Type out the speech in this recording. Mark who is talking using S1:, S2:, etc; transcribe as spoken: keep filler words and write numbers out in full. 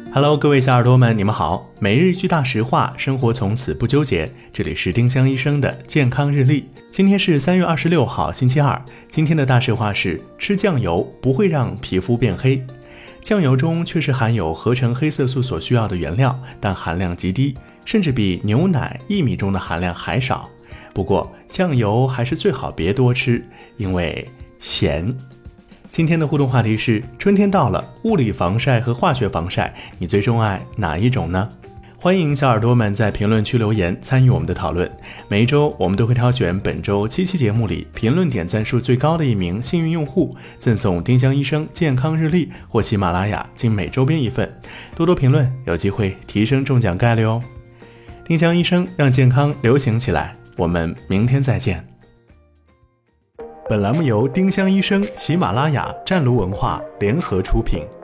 S1: Hello， 各位小耳朵们，你们好。每日一句大实话，生活从此不纠结。这里是丁香医生的健康日历。今天是三月二十六号，星期二。今天的大实话是：吃酱油不会让皮肤变黑。酱油中确实含有合成黑色素所需要的原料，但含量极低，甚至比牛奶、薏米中的含量还少。不过，酱油还是最好别多吃，因为咸。今天的互动话题是：春天到了，物理防晒和化学防晒，你最钟爱哪一种呢？欢迎小耳朵们在评论区留言参与我们的讨论。每一周我们都会挑选本周七期节目里评论点赞数最高的一名幸运用户，赠送丁香医生健康日历或喜马拉雅精美周边一份。多多评论，有机会提升中奖概率哦。丁香医生让健康流行起来，我们明天再见。本栏目由丁香医生、喜马拉雅、湛卢文化联合出品。